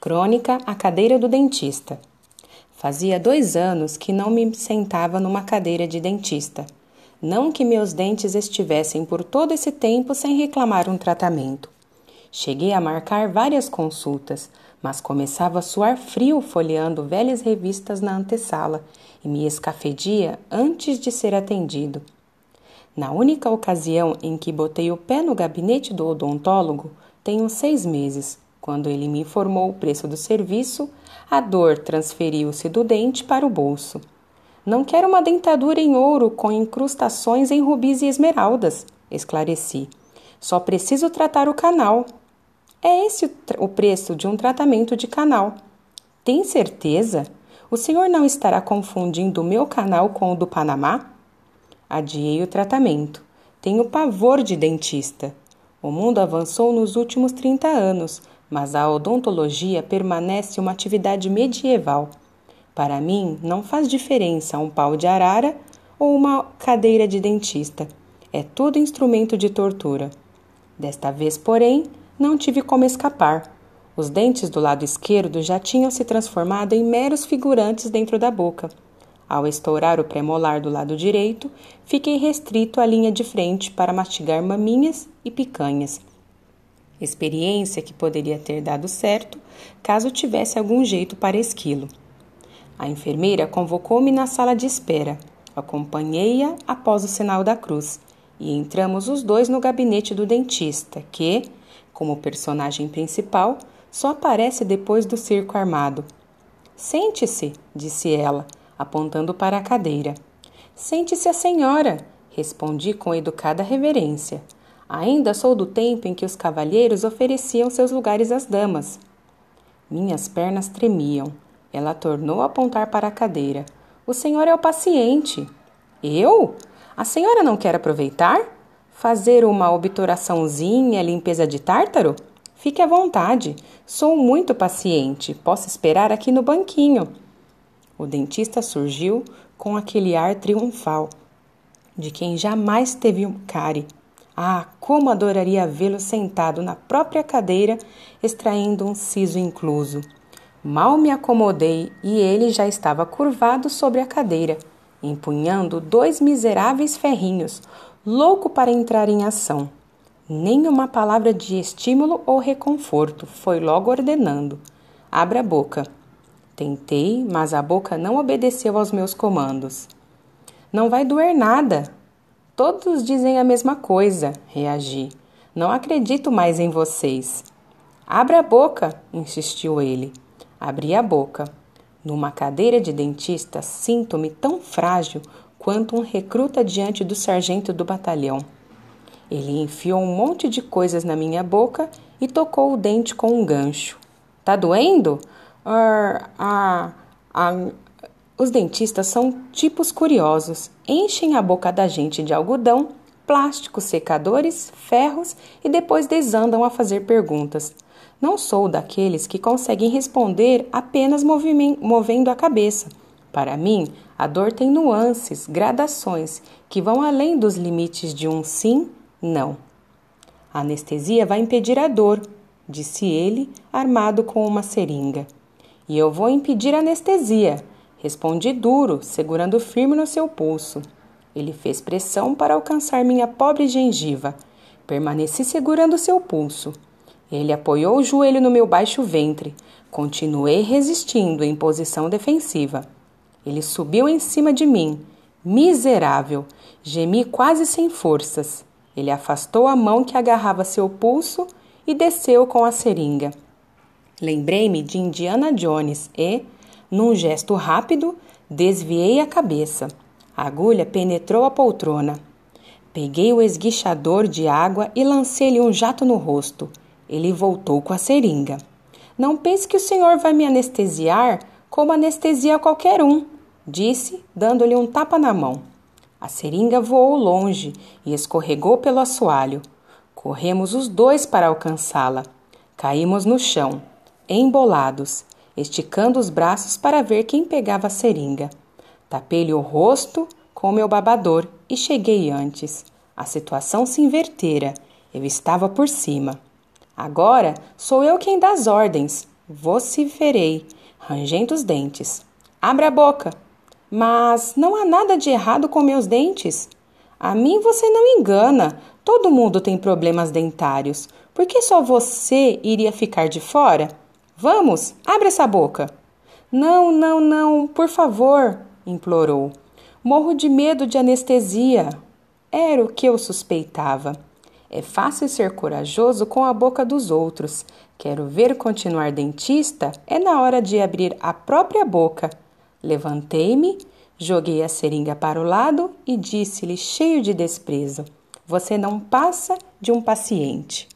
Crônica A Cadeira do Dentista. Fazia 2 anos que não me sentava numa cadeira de dentista. Não que meus dentes estivessem por todo esse tempo sem reclamar um tratamento. Cheguei a marcar várias consultas, mas começava a suar frio folheando velhas revistas na antessala e me escafedia antes de ser atendido. Na única ocasião em que botei o pé no gabinete do odontólogo, tem uns 6 meses. Quando ele me informou o preço do serviço, a dor transferiu-se do dente para o bolso. Não quero uma dentadura em ouro com incrustações em rubis e esmeraldas, esclareci. Só preciso tratar o canal. É esse o preço de um tratamento de canal. Tem certeza? O senhor não estará confundindo o meu canal com o do Panamá? Adiei o tratamento. Tenho pavor de dentista. O mundo avançou nos últimos 30 anos, mas a odontologia permanece uma atividade medieval. Para mim, não faz diferença um pau de arara ou uma cadeira de dentista. É tudo instrumento de tortura. Desta vez, porém, não tive como escapar. Os dentes do lado esquerdo já tinham se transformado em meros figurantes dentro da boca. Ao estourar o premolar do lado direito, fiquei restrito à linha de frente para mastigar maminhas e picanhas. Experiência que poderia ter dado certo caso tivesse algum jeito para esquilo. A enfermeira convocou-me na sala de espera. Acompanhei-a após o sinal da cruz e entramos os dois no gabinete do dentista, que, como personagem principal, só aparece depois do circo armado. Sente-se, disse ela, apontando para a cadeira. Sente-se a senhora, respondi com educada reverência. Ainda sou do tempo em que os cavalheiros ofereciam seus lugares às damas. Minhas pernas tremiam. Ela tornou a apontar para a cadeira. O senhor é o paciente. Eu? A senhora não quer aproveitar? Fazer uma obturaçãozinha, limpeza de tártaro? Fique à vontade. Sou muito paciente. Posso esperar aqui no banquinho. O dentista surgiu com aquele ar triunfal de quem jamais teve um cárie. Ah, como adoraria vê-lo sentado na própria cadeira, extraindo um siso incluso. Mal me acomodei e ele já estava curvado sobre a cadeira, empunhando 2 miseráveis ferrinhos, louco para entrar em ação. Nem uma palavra de estímulo ou reconforto, foi logo ordenando. Abra a boca. Tentei, mas a boca não obedeceu aos meus comandos. Não vai doer nada. Todos dizem a mesma coisa, reagi. Não acredito mais em vocês. Abra a boca, insistiu ele. Abri a boca. Numa cadeira de dentista, sinto-me tão frágil quanto um recruta diante do sargento do batalhão. Ele enfiou um monte de coisas na minha boca e tocou o dente com um gancho. Tá doendo? Os dentistas são tipos curiosos. Enchem a boca da gente de algodão, plásticos, secadores, ferros e depois desandam a fazer perguntas. Não sou daqueles que conseguem responder apenas movendo a cabeça. Para mim, a dor tem nuances, gradações, que vão além dos limites de um sim, não. A anestesia vai impedir a dor, disse ele, armado com uma seringa. E eu vou impedir a anestesia, respondi duro, segurando firme no seu pulso. Ele fez pressão para alcançar minha pobre gengiva. Permaneci segurando seu pulso. Ele apoiou o joelho no meu baixo ventre. Continuei resistindo em posição defensiva. Ele subiu em cima de mim. Miserável! Gemi quase sem forças. Ele afastou a mão que agarrava seu pulso e desceu com a seringa. Lembrei-me de Indiana Jones e, num gesto rápido, desviei a cabeça. A agulha penetrou a poltrona. Peguei o esguichador de água e lancei-lhe um jato no rosto. Ele voltou com a seringa. Não pense que o senhor vai me anestesiar como anestesia qualquer um, disse, dando-lhe um tapa na mão. A seringa voou longe e escorregou pelo assoalho. Corremos os dois para alcançá-la. Caímos no chão, embolados, esticando os braços para ver quem pegava a seringa. Tapei-lhe o rosto com meu babador e cheguei antes. A situação se invertera. Eu estava por cima. Agora sou eu quem dá as ordens. Vociferei, rangendo os dentes. Abra a boca! Mas não há nada de errado com meus dentes. A mim você não engana. Todo mundo tem problemas dentários. Por que só você iria ficar de fora? Vamos, abre essa boca. Não, não, não, por favor, implorou. Morro de medo de anestesia. Era o que eu suspeitava. É fácil ser corajoso com a boca dos outros. Quero ver continuar dentista, é na hora de abrir a própria boca. Levantei-me, joguei a seringa para o lado e disse-lhe cheio de desprezo: Você não passa de um paciente.